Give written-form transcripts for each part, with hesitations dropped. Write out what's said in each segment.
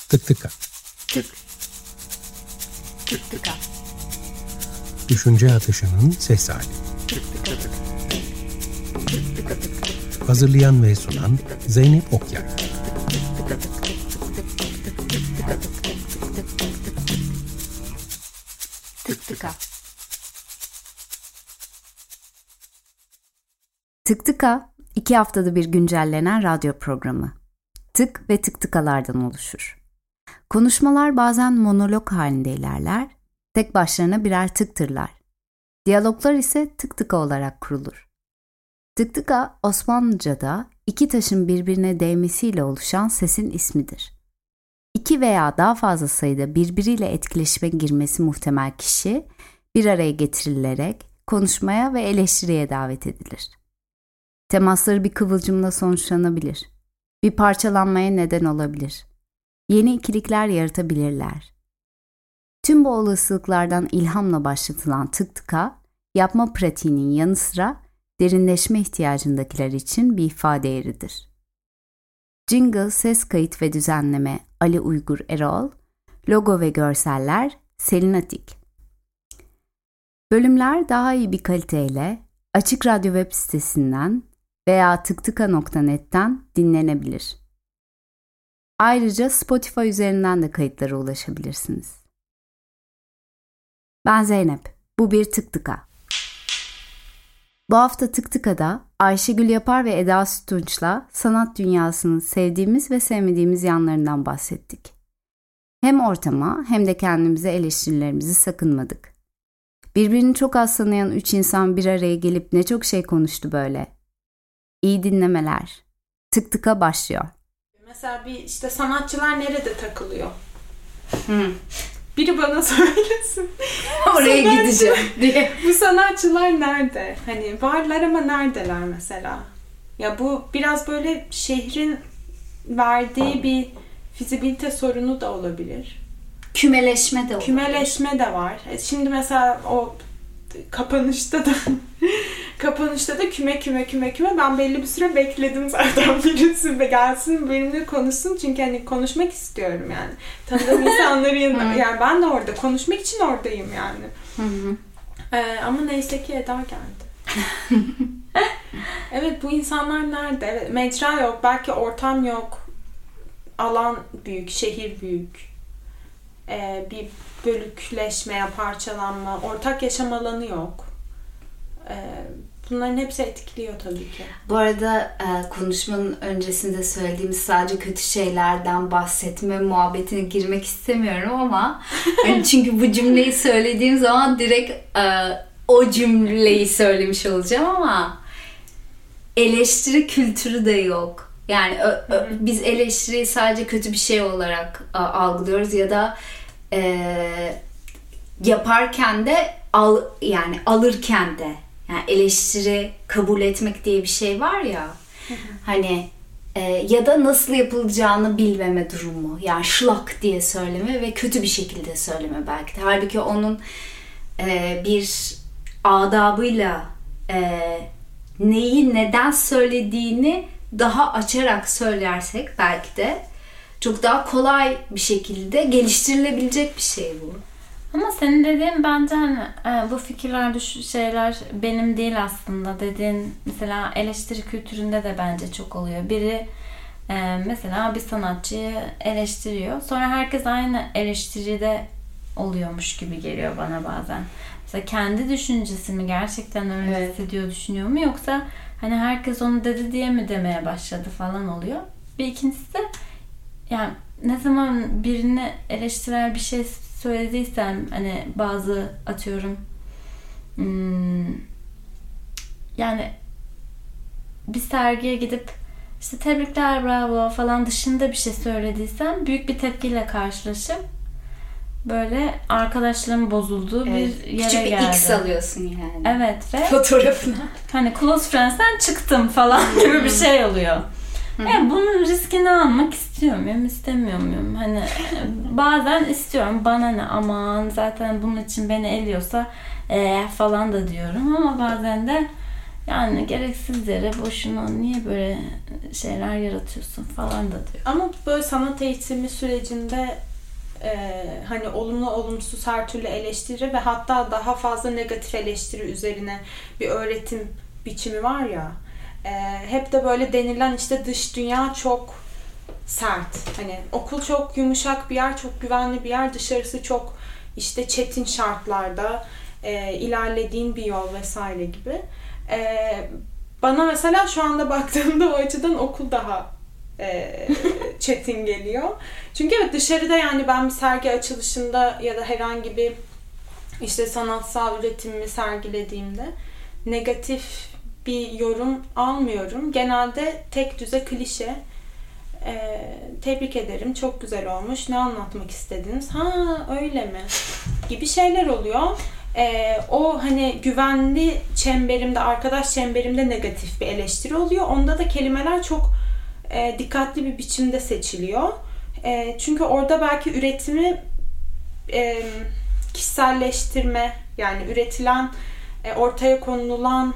Tık tıka. Tık. Tık tıka. Düşünce akışının ses hali. Tık tıka tık. Tık tıka tık tık. Hazırlayan ve sunan Zeynep Okyay. Tık tıka. Tık Tıka, 2 haftada bir güncellenen radyo programı. Tık ve tık tıkalardan oluşur. Konuşmalar bazen monolog halinde ilerler, tek başlarına birer tıktırlar. Diyaloglar ise tık tıka olarak kurulur. Tık tıka, Osmanlıca'da iki taşın birbirine değmesiyle oluşan sesin ismidir. 2 veya daha fazla sayıda birbiriyle etkileşime girmesi muhtemel kişi bir araya getirilerek konuşmaya ve eleştiriye davet edilir. Temasları bir kıvılcımla sonuçlanabilir. Bir parçalanmaya neden olabilir. Yeni ikilikler yaratabilirler. Tüm bu olasılıklardan ilhamla başlatılan tık tıka, yapma pratiğinin yanı sıra derinleşme ihtiyacındakiler için bir ifade yeridir. Jingle, ses kayıt ve düzenleme Ali Uygur Erol, logo ve görseller Selin Atik. Bölümler daha iyi bir kaliteyle Açık Radyo web sitesinden veya tıktıka.net'ten dinlenebilir. Ayrıca Spotify üzerinden de kayıtlara ulaşabilirsiniz. Ben Zeynep, bu bir Tık Tıka. Bu hafta Tık Tıka'da Ayşegül Yapar ve Eda Sütunç'la sanat dünyasının sevdiğimiz ve sevmediğimiz yanlarından bahsettik. Hem ortama hem de kendimize eleştirilerimizi sakınmadık. Birbirini çok az tanıyan 3 insan bir araya gelip ne çok şey konuştu böyle. İyi dinlemeler. Tık Tıka başlıyor. Mesela bir işte sanatçılar nerede takılıyor? Biri bana söylesin. Oraya gideceğim diye. Bu sanatçılar nerede? Hani varlar ama neredeler mesela? Ya bu biraz böyle şehrin verdiği bir fizibilite sorunu da olabilir. Kümeleşme de olabilir. Kümeleşme de var. Şimdi mesela o kapanışta da küme ben belli bir süre bekledim zaten birisi gelsin benimle konuşsun çünkü hani konuşmak istiyorum yani tanıdığım insanların yanında yani ben de orada konuşmak için oradayım yani. Ama neyse ki Eda geldi. Evet, bu insanlar nerede? Evet, mecra yok, belki ortam yok, alan büyük, şehir büyük, bir bölükleşme, parçalanma, ortak yaşam alanı yok. Bunların hepsi etkiliyor tabii ki. Bu arada konuşmanın öncesinde söylediğimiz sadece kötü şeylerden bahsetme muhabbetine girmek istemiyorum ama hani çünkü bu cümleyi söylediğim zaman direkt o cümleyi söylemiş olacağım ama eleştiri kültürü de yok. Yani biz eleştiriyi sadece kötü bir şey olarak algılıyoruz ya da yaparken de yani alırken de. Yani eleştiri kabul etmek diye bir şey var ya. Hani ya da nasıl yapılacağını bilmeme durumu. Yani şlak diye söyleme ve kötü bir şekilde söyleme belki de. Halbuki onun bir adabıyla neyi neden söylediğini daha açarak söylersek belki de çok daha kolay bir şekilde geliştirilebilecek bir şey bu. Ama senin dediğin bence hani bu fikirler, şeyler benim değil aslında dediğin mesela eleştiri kültüründe de bence çok oluyor. Biri mesela bir sanatçıyı eleştiriyor. Sonra herkes aynı eleştiride oluyormuş gibi geliyor bana bazen. Mesela kendi düşüncesi mi gerçekten öyle hissediyor, düşünüyor mu yoksa hani herkes onu dedi diye mi demeye başladı falan oluyor. Bir ikincisi de yani ne zaman birini eleştirel bir şey söylediysem hani bazı atıyorum yani bir sergiye gidip işte tebrikler bravo falan dışında bir şey söylediysem büyük bir tepkiyle karşılaşıp böyle arkadaşlığım bozulduğu bir yere küçük bir geldi. X alıyorsun yani. Evet ve fotoğrafına. Hani Close Friends'ten çıktım falan gibi bir şey oluyor. Yani bunun riskini almak istiyor muyum, istemiyor muyum? Hani bazen istiyorum, bana ne aman zaten bunun için beni eliyorsa falan da diyorum ama bazen de Yani gereksiz yere boşuna niye böyle şeyler yaratıyorsun falan da diyor. Ama böyle sanat eğitimi sürecinde hani olumlu olumsuz her türlü eleştiri ve hatta daha fazla negatif eleştiri üzerine bir öğretim biçimi var ya. Hep de böyle denilen işte dış dünya çok sert. Hani okul çok yumuşak bir yer, çok güvenli bir yer. Dışarısı çok işte çetin şartlarda ilerlediğin bir yol vesaire gibi. Bana mesela şu anda baktığımda o açıdan okul daha çetin geliyor. Çünkü evet dışarıda yani ben bir sergi açılışında ya da herhangi bir işte sanatsal üretimimi sergilediğimde negatif bir yorum almıyorum. Genelde tek düze klişe. Tebrik ederim, çok güzel olmuş. Ne anlatmak istediniz? Ha öyle mi? Gibi şeyler oluyor. O hani güvenli çemberimde, arkadaş çemberimde negatif bir eleştiri oluyor. Onda da kelimeler çok dikkatli bir biçimde seçiliyor. Çünkü orada belki üretimi kişiselleştirme, yani üretilen, ortaya konulan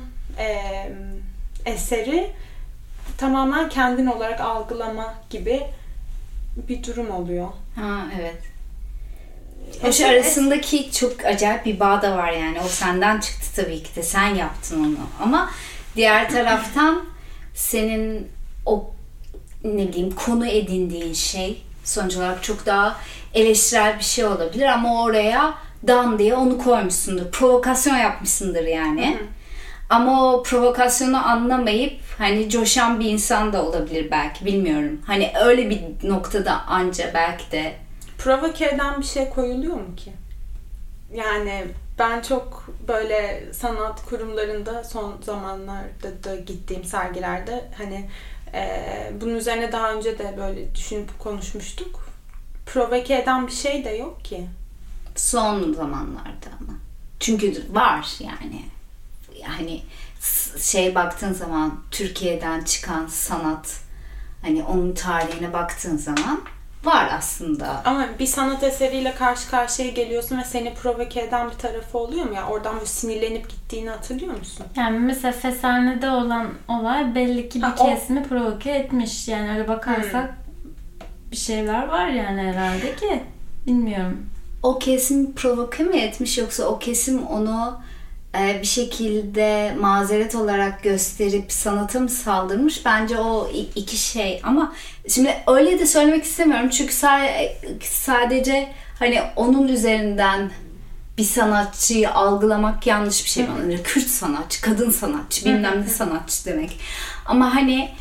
eseri tamamen kendin olarak algılama gibi bir durum oluyor. Ha evet. O arasındaki çok acayip bir bağ da var yani. O senden çıktı tabii ki de. Sen yaptın onu. Ama diğer taraftan senin o ne bileyim konu edindiğin şey sonuç olarak çok daha eleştirel bir şey olabilir ama oraya dan diye onu koymuşsundur. Provokasyon yapmışsındır yani. Hı hı. Ama o provokasyonu anlamayıp hani coşan bir insan da olabilir belki, bilmiyorum. Hani öyle bir noktada anca belki de. Provoke eden bir şey koyuluyor mu ki? Yani ben çok böyle sanat kurumlarında son zamanlarda da gittiğim sergilerde hani bunun üzerine daha önce de böyle düşünüp konuşmuştuk. Provoke eden bir şey de yok ki. Son zamanlarda ama. Çünkü var yani. Hani baktığın zaman Türkiye'den çıkan sanat, hani onun tarihine baktığın zaman var aslında. Ama bir sanat eseriyle karşı karşıya geliyorsun ve seni provoke eden bir tarafı oluyor mu ya? Oradan böyle sinirlenip gittiğini hatırlıyor musun? Yani mesela Feshane'de olan olay belli ki bir kesimi provoke etmiş. Yani öyle bakarsak bir şeyler var yani herhalde ki. Bilmiyorum. O kesim provoke mi etmiş yoksa o kesim onu bir şekilde mazeret olarak gösterip sanata mı saldırmış? Bence o iki şey. Ama şimdi öyle de söylemek istemiyorum. Çünkü sadece hani onun üzerinden bir sanatçıyı algılamak yanlış bir şey bana. Kürt sanatçı, kadın sanatçı, bilmem ne sanatçı demek. Ama hani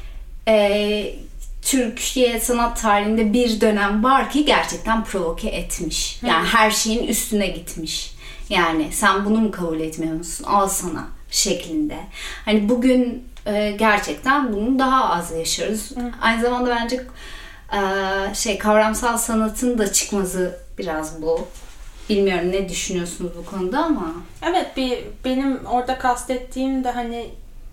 Türkiye sanat tarihinde bir dönem var ki gerçekten provoke etmiş. Yani her şeyin üstüne gitmiş. Yani sen bunu mu kabul etmiyor musun? Al sana şeklinde. Hani bugün gerçekten bunu daha az yaşıyoruz. Aynı zamanda bence kavramsal sanatın da çıkması biraz bu. Bilmiyorum ne düşünüyorsunuz bu konuda ama. Evet, benim orada kastettiğim de hani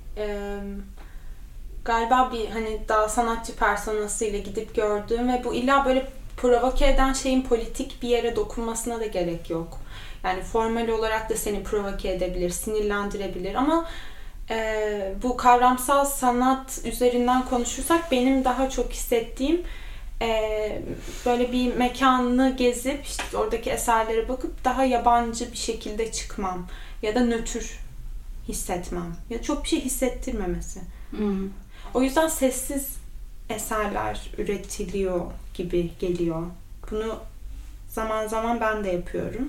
galiba bir hani daha sanatçı personasıyla gidip gördüğüm ve bu illa böyle provoke eden şeyin politik bir yere dokunmasına da gerek yok. Yani formal olarak da seni provoke edebilir, sinirlendirebilir ama bu kavramsal sanat üzerinden konuşursak benim daha çok hissettiğim böyle bir mekanını gezip işte oradaki eserlere bakıp daha yabancı bir şekilde çıkmam ya da nötr hissetmem ya çok bir şey hissettirmemesi. O yüzden sessiz eserler üretiliyor gibi geliyor. Bunu zaman zaman ben de yapıyorum.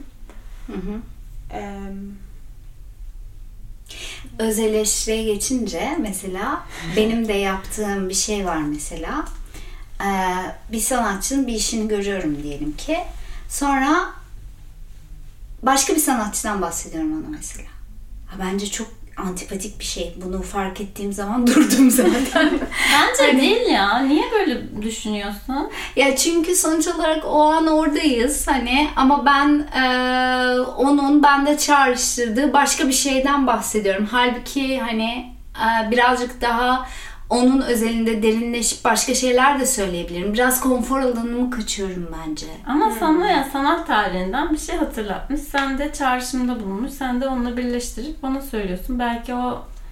Öz eleştiriye geçince mesela benim de yaptığım bir şey var mesela. Bir sanatçının bir işini görüyorum diyelim ki. Sonra başka bir sanatçıdan bahsediyorum ona mesela. Bence çok antipatik bir şey. Bunu fark ettiğim zaman durdum zaten. Bence değil ya. Niye böyle düşünüyorsun? Ya çünkü sonuç olarak o an oradayız hani ama ben onun bende çağrıştırdığı başka bir şeyden bahsediyorum. Halbuki hani birazcık daha onun özelinde derinleşip başka şeyler de söyleyebilirim. Biraz konfor alanımı kaçıyorum bence. Ama sana ya sanat tarihinden bir şey hatırlatmış. Sen de çağrışımda bulunmuş. Sen de onunla birleştirip bana söylüyorsun. Belki o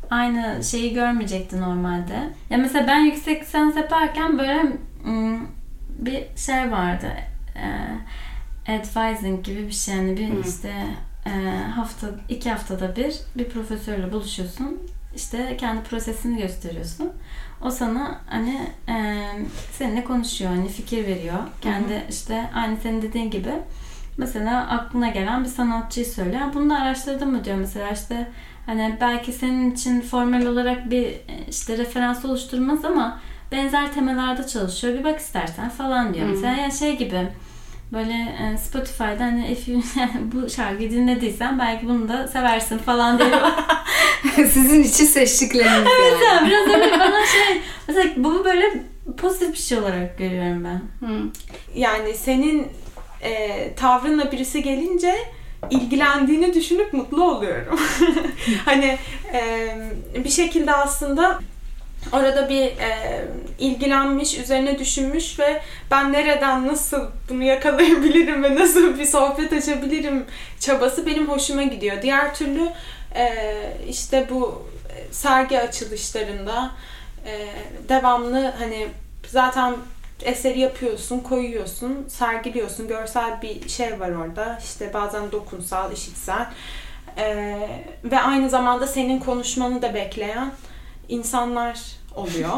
aynı şeyi görmeyecekti normalde. Ya mesela ben yüksek lisans yaparken böyle bir şey vardı. Advising gibi bir şey. Yani bir işte iki haftada bir profesörle buluşuyorsun. İşte kendi prosesini gösteriyorsun. O sana hani seninle konuşuyor, hani fikir veriyor. Kendi işte aynı senin dediğin gibi mesela aklına gelen bir sanatçıyı söylüyor. Bunu da araştırdın mı diyor mesela, işte hani belki senin için formal olarak bir işte referans oluşturmaz ama benzer temellerde çalışıyor. Bir bak istersen falan diyor. Mesela yani şey gibi böyle Spotify'da hani bu şarkıyı dinlediysen belki bunu da seversin falan diye. Sizin için seçtikleriniz evet yani. Biraz öyle bana şey mesela bu böyle pozitif bir şey olarak görüyorum ben. Yani senin tavrınla birisi gelince ilgilendiğini düşünüp mutlu oluyorum. Hani bir şekilde aslında orada bir ilgilenmiş, üzerine düşünmüş ve ben nereden nasıl bunu yakalayabilirim ve nasıl bir sohbet açabilirim çabası benim hoşuma gidiyor. Diğer türlü işte bu sergi açılışlarında devamlı hani zaten eseri yapıyorsun, koyuyorsun, sergiliyorsun. Görsel bir şey var orada. İşte bazen dokunsal, işitsel. Ve aynı zamanda senin konuşmanı da bekleyen insanlar oluyor.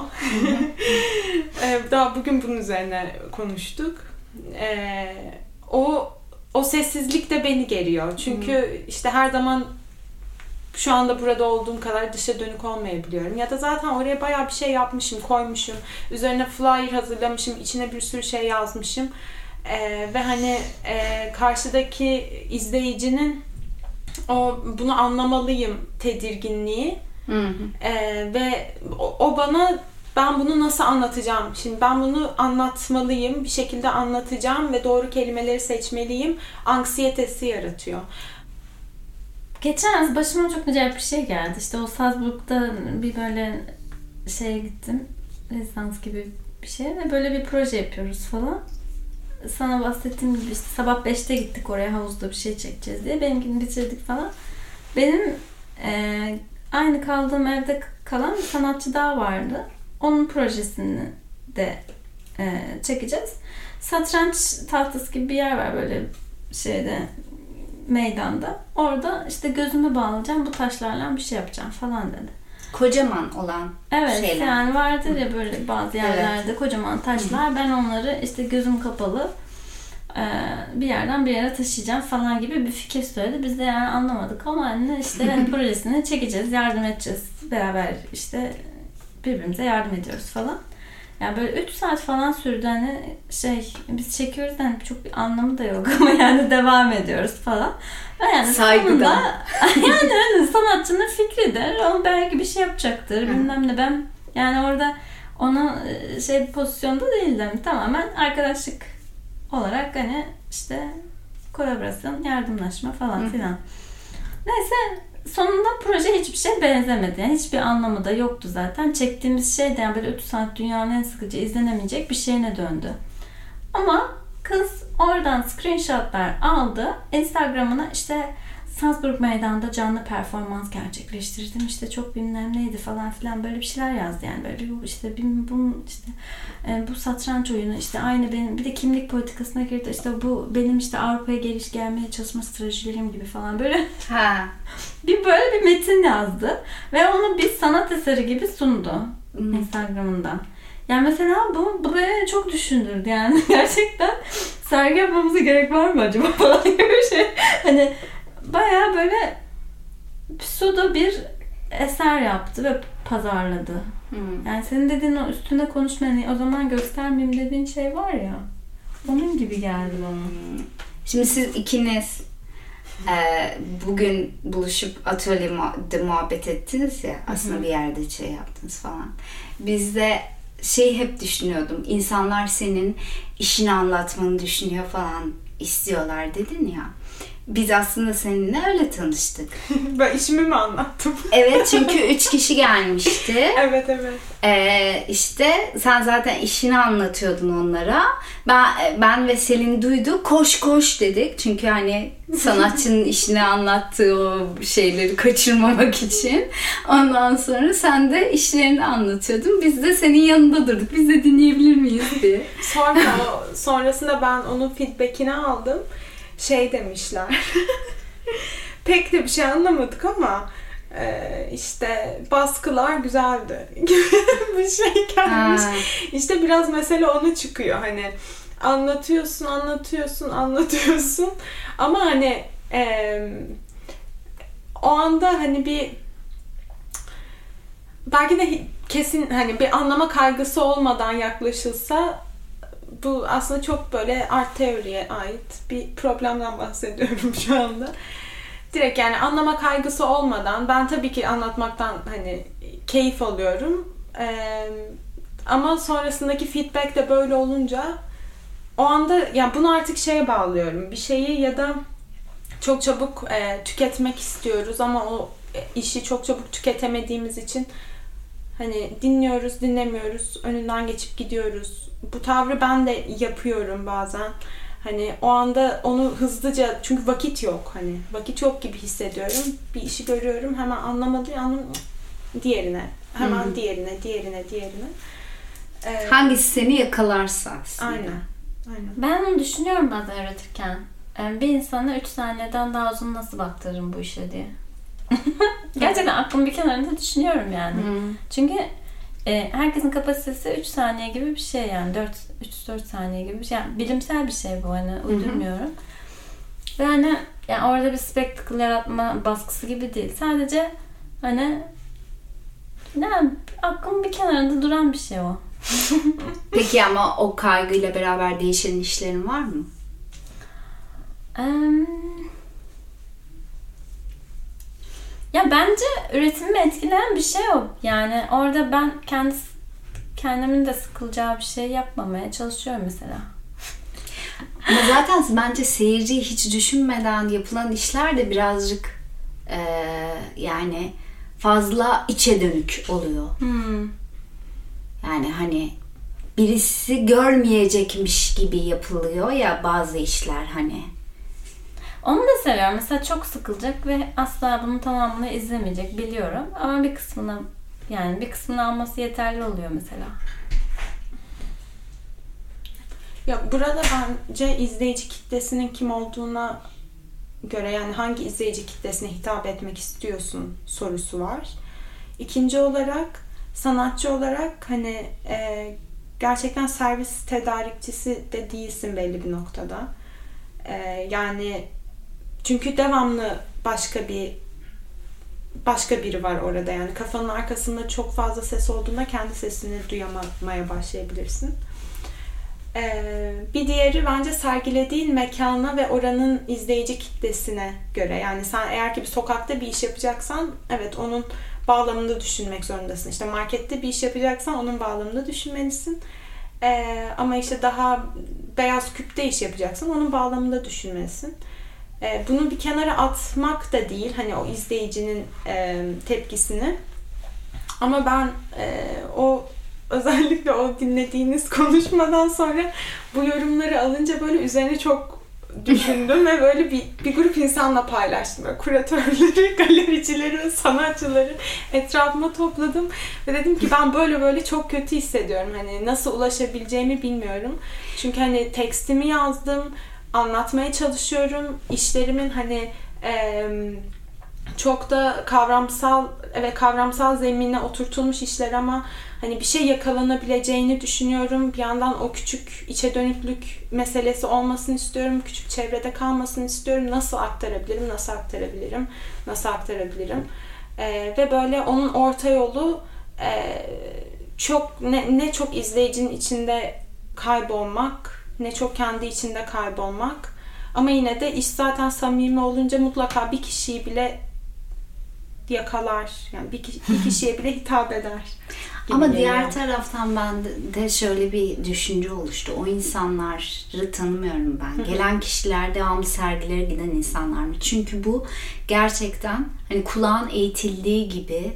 Daha bugün bunun üzerine konuştuk. O sessizlik de beni geriyor. Çünkü işte her zaman şu anda burada olduğum kadar dışa dönük olmayabiliyorum. Ya da zaten oraya bayağı bir şey yapmışım, koymuşum. Üzerine flyer hazırlamışım, içine bir sürü şey yazmışım. Ve hani karşıdaki izleyicinin bunu anlamalıyım tedirginliği. Ve o bana ben bunu nasıl anlatacağım? Şimdi ben bunu anlatmalıyım, bir şekilde anlatacağım ve doğru kelimeleri seçmeliyim. Anksiyetesi yaratıyor. Geçen başıma çok acayip bir şey geldi. İşte o Salzburg'da bir böyle şeye gittim. Rezidans gibi bir şey ve böyle bir proje yapıyoruz falan. Sana bahsettiğim gibi işte sabah 5'te gittik oraya, havuzda bir şey çekeceğiz diye. Benimkini bitirdik falan. Benim aynı kaldığım evde kalan bir sanatçı daha vardı. Onun projesini de çekeceğiz. Satranç tahtası gibi bir yer var böyle şeyde, meydanda. Orada işte gözümü bağlayacağım, bu taşlarla bir şey yapacağım falan dedi. Kocaman olan evet, şeyler. yani vardır ya böyle bazı yerlerde kocaman taşlar. Ben onları işte gözüm kapalı bir yerden bir yere taşıyacağım falan gibi bir fikir söyledi. Biz de yani anlamadık ama anne işte hani projesini çekeceğiz, yardım edeceğiz. Beraber işte birbirimize yardım ediyoruz falan. Yani böyle 3 saat falan sürdü hani biz çekiyoruz hani çok bir anlamı da yok ama yani devam ediyoruz falan. Ve yani saygıdan. Yani sanatçının fikridir. O belki bir şey yapacaktır. Bilmem ne, ben yani orada ona pozisyonda değildim. Tamamen arkadaşlık olarak hani işte kolaborasyon, yardımlaşma falan filan. Neyse sonunda proje hiçbir şeye benzemedi. Yani hiçbir anlamı da yoktu zaten. Çektiğimiz şey de yani böyle 3 saat dünyanın en sıkıcı, izlenemeyecek bir şeyine döndü. Ama kız oradan screenshotlar aldı. Instagram'ına işte Salzburg Meydanı'nda canlı performans gerçekleştirdim. İşte çok bilmem neydi falan filan böyle bir şeyler yazdı yani. Böyle bu satranç oyunu işte aynı benim, bir de kimlik politikasına girdi. İşte bu benim işte Avrupa'ya gelmeye çalışma stratejilerim gibi falan böyle. Böyle bir metin yazdı ve onu bir sanat eseri gibi sundu Instagram'ından. Yani mesela bu beni çok düşündürdü yani. Gerçekten sergi yapmamıza gerek var mı acaba falan gibi bir şey. Hani bayağı böyle pseudo bir eser yaptı ve pazarladı. Yani senin dediğin o üstüne konuşma, hani o zaman göstermeyeyim dediğin şey var ya, onun gibi geldi bana. Şimdi siz ikiniz bugün buluşup atölyede muhabbet ettiniz ya, aslında bir yerde şey yaptınız falan. Biz de hep düşünüyordum. İnsanlar senin işini anlatmanı düşünüyor falan, istiyorlar dedin ya. Biz aslında seninle öyle tanıştık. Ben işimi mi anlattım? Evet, çünkü 3 kişi gelmişti. Evet. İşte sen zaten işini anlatıyordun onlara. Ben ve Selin duydu. Koş dedik. Çünkü hani sanatçının işini anlattığı o şeyleri kaçırmamak için. Ondan sonra sen de işlerini anlatıyordun. Biz de senin yanında durduk. Biz de dinleyebilir miyiz diye. Sonrasında ben onun feedbackini aldım. Demişler. Pek de bir şey anlamadık ama işte baskılar güzeldi bir şey gelmiş. İşte biraz mesele ona çıkıyor. Hani anlatıyorsun ama hani o anda hani bir belki de kesin hani bir anlama kaygısı olmadan yaklaşılsa, bu aslında çok böyle art teoriye ait bir problemden bahsediyorum şu anda. Direkt yani anlama kaygısı olmadan, ben tabii ki anlatmaktan hani keyif alıyorum. Ama sonrasındaki feedback de böyle olunca o anda yani bunu artık şeye bağlıyorum. Bir şeyi ya da çok çabuk tüketmek istiyoruz ama o işi çok çabuk tüketemediğimiz için hani dinliyoruz, dinlemiyoruz, önünden geçip gidiyoruz. Bu tavrı ben de yapıyorum bazen. Hani o anda onu hızlıca, çünkü vakit yok, hani vakit yok gibi hissediyorum. Bir işi görüyorum, hemen diğerine, hemen diğerine. Hangisi seni yakalarsa aslında. Aynen. Ben onu düşünüyorum bazen öğretirken. Bir insana 3 saniyeden daha uzun nasıl baktırırım bu işe diye. Gerçekten aklım bir kenarında düşünüyorum yani. Çünkü herkesin kapasitesi 3 saniye gibi bir şey yani. 3-4 saniye gibi bir şey. Yani bilimsel bir şey bu, hani uydurmuyorum. Ve hani yani orada bir spektakl yaratma baskısı gibi değil. Sadece hani yani aklımın bir kenarında duran bir şey o. Peki ama o kaygıyla beraber değişen işlerin var mı? Ya bence üretimimi etkileyen bir şey o. Yani orada ben kendimin de sıkılacağı bir şey yapmamaya çalışıyorum mesela. Ama zaten bence seyirciyi hiç düşünmeden yapılan işler de birazcık yani fazla içe dönük oluyor. Yani hani birisi görmeyecekmiş gibi yapılıyor ya bazı işler hani. Onu da seviyorum. Mesela çok sıkılacak ve asla bunun tamamını izlemeyecek biliyorum. Ama bir kısmını alması yeterli oluyor mesela. Ya burada bence izleyici kitlesinin kim olduğuna göre, yani hangi izleyici kitlesine hitap etmek istiyorsun sorusu var. İkinci olarak sanatçı olarak hani gerçekten servis tedarikçisi de değilsin belli bir noktada. Yani çünkü devamlı başka biri var orada, yani kafanın arkasında çok fazla ses olduğunda kendi sesini duyamamaya başlayabilirsin. Bir diğeri bence sergilediğin mekana ve oranın izleyici kitlesine göre. Yani sen eğer ki bir sokakta bir iş yapacaksan evet onun bağlamında düşünmek zorundasın. İşte markette bir iş yapacaksan onun bağlamında düşünmelisin. Ama işte daha beyaz küpte iş yapacaksan onun bağlamında düşünmelisin. Bunu bir kenara atmak da değil, hani o izleyicinin tepkisini. Ama ben özellikle o dinlediğiniz konuşmadan sonra bu yorumları alınca böyle üzerine çok düşündüm ve böyle bir grup insanla paylaştım. Böyle kuratörleri, galericileri ve sanatçıları etrafıma topladım ve dedim ki ben böyle çok kötü hissediyorum. Hani nasıl ulaşabileceğimi bilmiyorum. Çünkü hani tekstimi yazdım, anlatmaya çalışıyorum. İşlerimin hani çok da kavramsal zemine oturtulmuş işler ama hani bir şey yakalanabileceğini düşünüyorum. Bir yandan o küçük içe dönüklük meselesi olmasını istiyorum. Küçük çevrede kalmasını istiyorum. Nasıl aktarabilirim? Ve böyle onun orta yolu çok ne çok izleyicinin içinde kaybolmak, ne çok kendi içinde kaybolmak. Ama yine de iş zaten samimi olunca mutlaka bir kişiyi bile yakalar. Yani bir kişiye bile hitap eder. Ama geliyor. diğer taraftan ben de şöyle bir düşünce oluştu. O insanları tanımıyorum ben. Gelen kişiler devamlı sergilere giden insanlar mı? Çünkü bu gerçekten hani kulağın eğitildiği gibi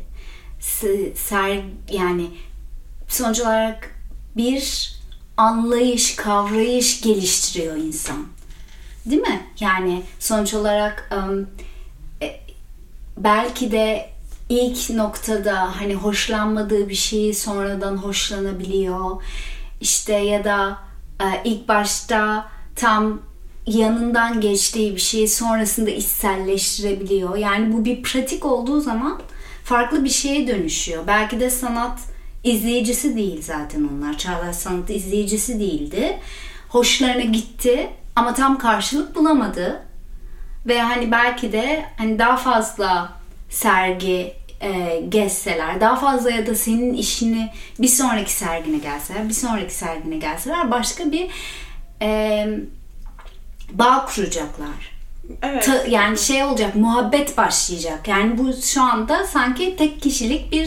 yani sonuç olarak bir anlayış, kavrayış geliştiriyor insan. Değil mi? Yani sonuç olarak belki de ilk noktada hani hoşlanmadığı bir şeyi sonradan hoşlanabiliyor. İşte ya da ilk başta tam yanından geçtiği bir şeyi sonrasında içselleştirebiliyor. Yani bu bir pratik olduğu zaman farklı bir şeye dönüşüyor. Belki de sanat izleyicisi değil zaten onlar. Çağdaş sanat izleyicisi değildi. Hoşlarına gitti ama tam karşılık bulamadı. Ve hani belki de hani daha fazla sergi gezseler, daha fazla ya da senin işini bir sonraki sergine gelseler başka bir bağ kuracaklar. Evet. Yani şey olacak, muhabbet başlayacak. Yani bu şu anda sanki tek kişilik bir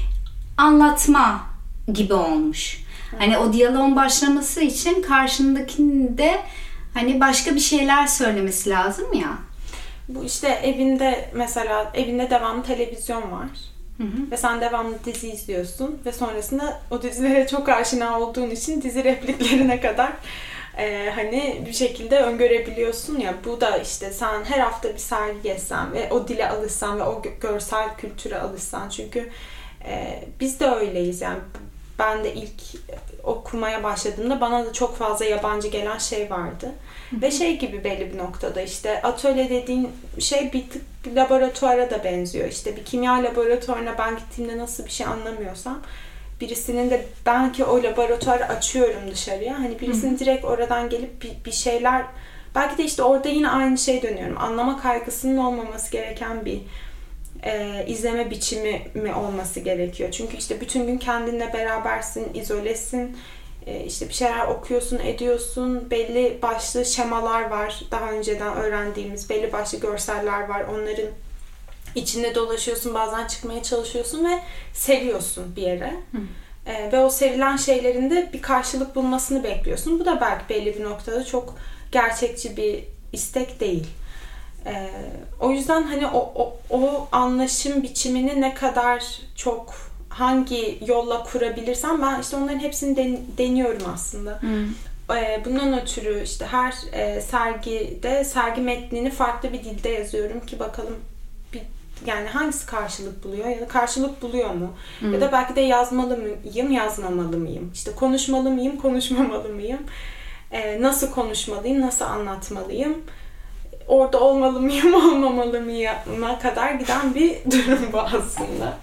anlatma gibi olmuş. Hani o diyaloğun başlaması için karşındakinin de hani başka bir şeyler söylemesi lazım ya. Bu işte evinde mesela devamlı televizyon var. Hı hı. Ve sen devamlı dizi izliyorsun ve sonrasında o dizilere çok aşina olduğun için dizi repliklerine kadar hani bir şekilde öngörebiliyorsun ya. Bu da işte sen her hafta bir sergi gezsen ve o dile alışsan ve o görsel kültüre alışsan. Çünkü biz de öyleyiz yani. Ben de ilk okumaya başladığımda bana da çok fazla yabancı gelen şey vardı. Ve şey gibi belli bir noktada işte atölye dediğin şey bir tık bir laboratuvara da benziyor. İşte bir kimya laboratuvarına ben gittiğimde nasıl bir şey anlamıyorsam birisinin de belki o laboratuvarı açıyorum dışarıya. Hani birisinin direkt oradan gelip bir şeyler belki de işte orada yine aynı şey dönüyorum. Anlama kaygısının olmaması gereken bir izleme biçimi mi olması gerekiyor. Çünkü işte bütün gün kendinle berabersin, izolesin. İşte bir şeyler okuyorsun, ediyorsun. Belli başlı şemalar var. Daha önceden öğrendiğimiz belli başlı görseller var. Onların içinde dolaşıyorsun. Bazen çıkmaya çalışıyorsun ve seriyorsun bir yere. Ve o serilen şeylerin de bir karşılık bulmasını bekliyorsun. Bu da belki belli bir noktada çok gerçekçi bir istek değil. O yüzden hani o anlaşım biçimini ne kadar çok hangi yolla kurabilirsem ben işte onların hepsini deniyorum aslında. Bundan ötürü işte her sergide sergi metnini farklı bir dilde yazıyorum ki bakalım yani hangisi karşılık buluyor ya da karşılık buluyor mu? Ya da belki de yazmalı mıyım, yazmamalı mıyım? İşte konuşmalı mıyım, konuşmamalı mıyım? Nasıl konuşmalıyım, nasıl anlatmalıyım? Orada olmalı mıyım, olmamalı mıyım'a kadar giden bir durum bu aslında.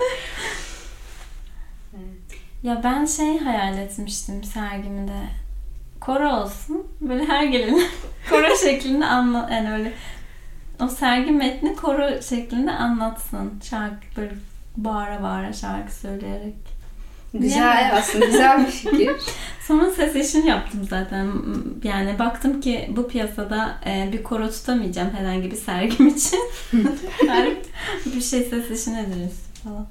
Ya ben hayal etmiştim sergimde. Koro olsun. Böyle her geleni koro şeklinde yani öyle o sergi metni koro şeklinde anlatsın. Şarkı böyle bağıra bağıra şarkı söyleyerek. Güzel aslında güzel bir fikir. Sonra ses işini yaptım zaten. Yani baktım ki bu piyasada bir koro tutamayacağım herhangi bir sergim için. Yani bir ses işine dönüşsün falan.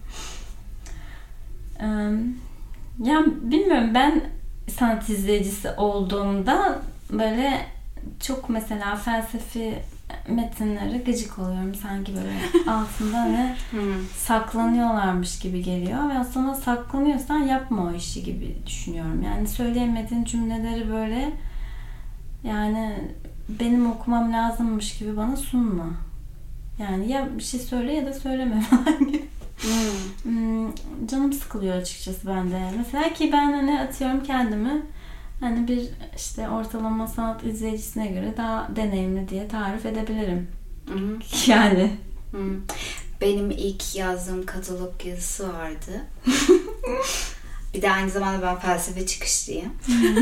Ya bilmiyorum ben sanat izleyicisi olduğumda böyle çok mesela felsefi metinlere gıcık oluyorum sanki böyle altında ne saklanıyorlarmış gibi geliyor ve aslında saklanıyorsan yapma o işi gibi düşünüyorum. Yani söyleyemediğin cümleleri böyle yani benim okumam lazımmış gibi bana sunma. Yani ya bir şey söyle ya da söyleme falan gibi. Canım sıkılıyor açıkçası bende. Mesela ki ben hani atıyorum kendimi hani bir işte ortalama sanat izleyicisine göre daha deneyimli diye tarif edebilirim. Yani. Benim ilk yazdığım katalog yazısı vardı. Bir de aynı zamanda ben felsefe çıkışlıyım.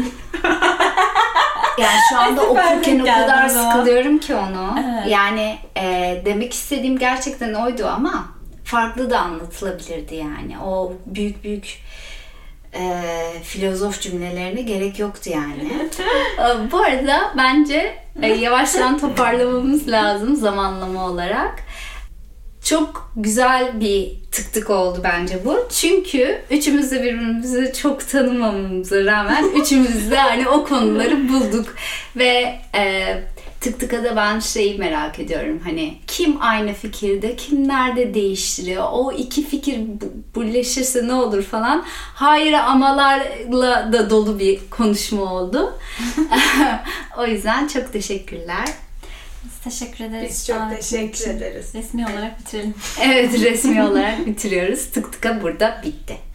Yani şu anda okurken o kadar sıkılıyorum ki onu. Evet. Yani demek istediğim gerçekten oydu ama farklı da anlatılabilirdi yani. O büyük filozof cümlelerine gerek yoktu yani. Bu arada bence yavaştan toparlamamız lazım zamanlama olarak. Çok güzel bir tık tık oldu bence bu. Çünkü üçümüz de birbirimizi çok tanımamamıza rağmen üçümüz de hani o konuları bulduk. Ve tık tıka da ben şeyi merak ediyorum. Hani kim aynı fikirde, kim nerede değiştiriyor? O iki fikir birleşirse ne olur falan. Hayır amalarla da dolu bir konuşma oldu. O yüzden çok teşekkürler. Biz teşekkür ederiz. Biz çok teşekkür ederiz. Resmi olarak bitirelim. Evet, resmi olarak bitiriyoruz. Tık tıka burada bitti.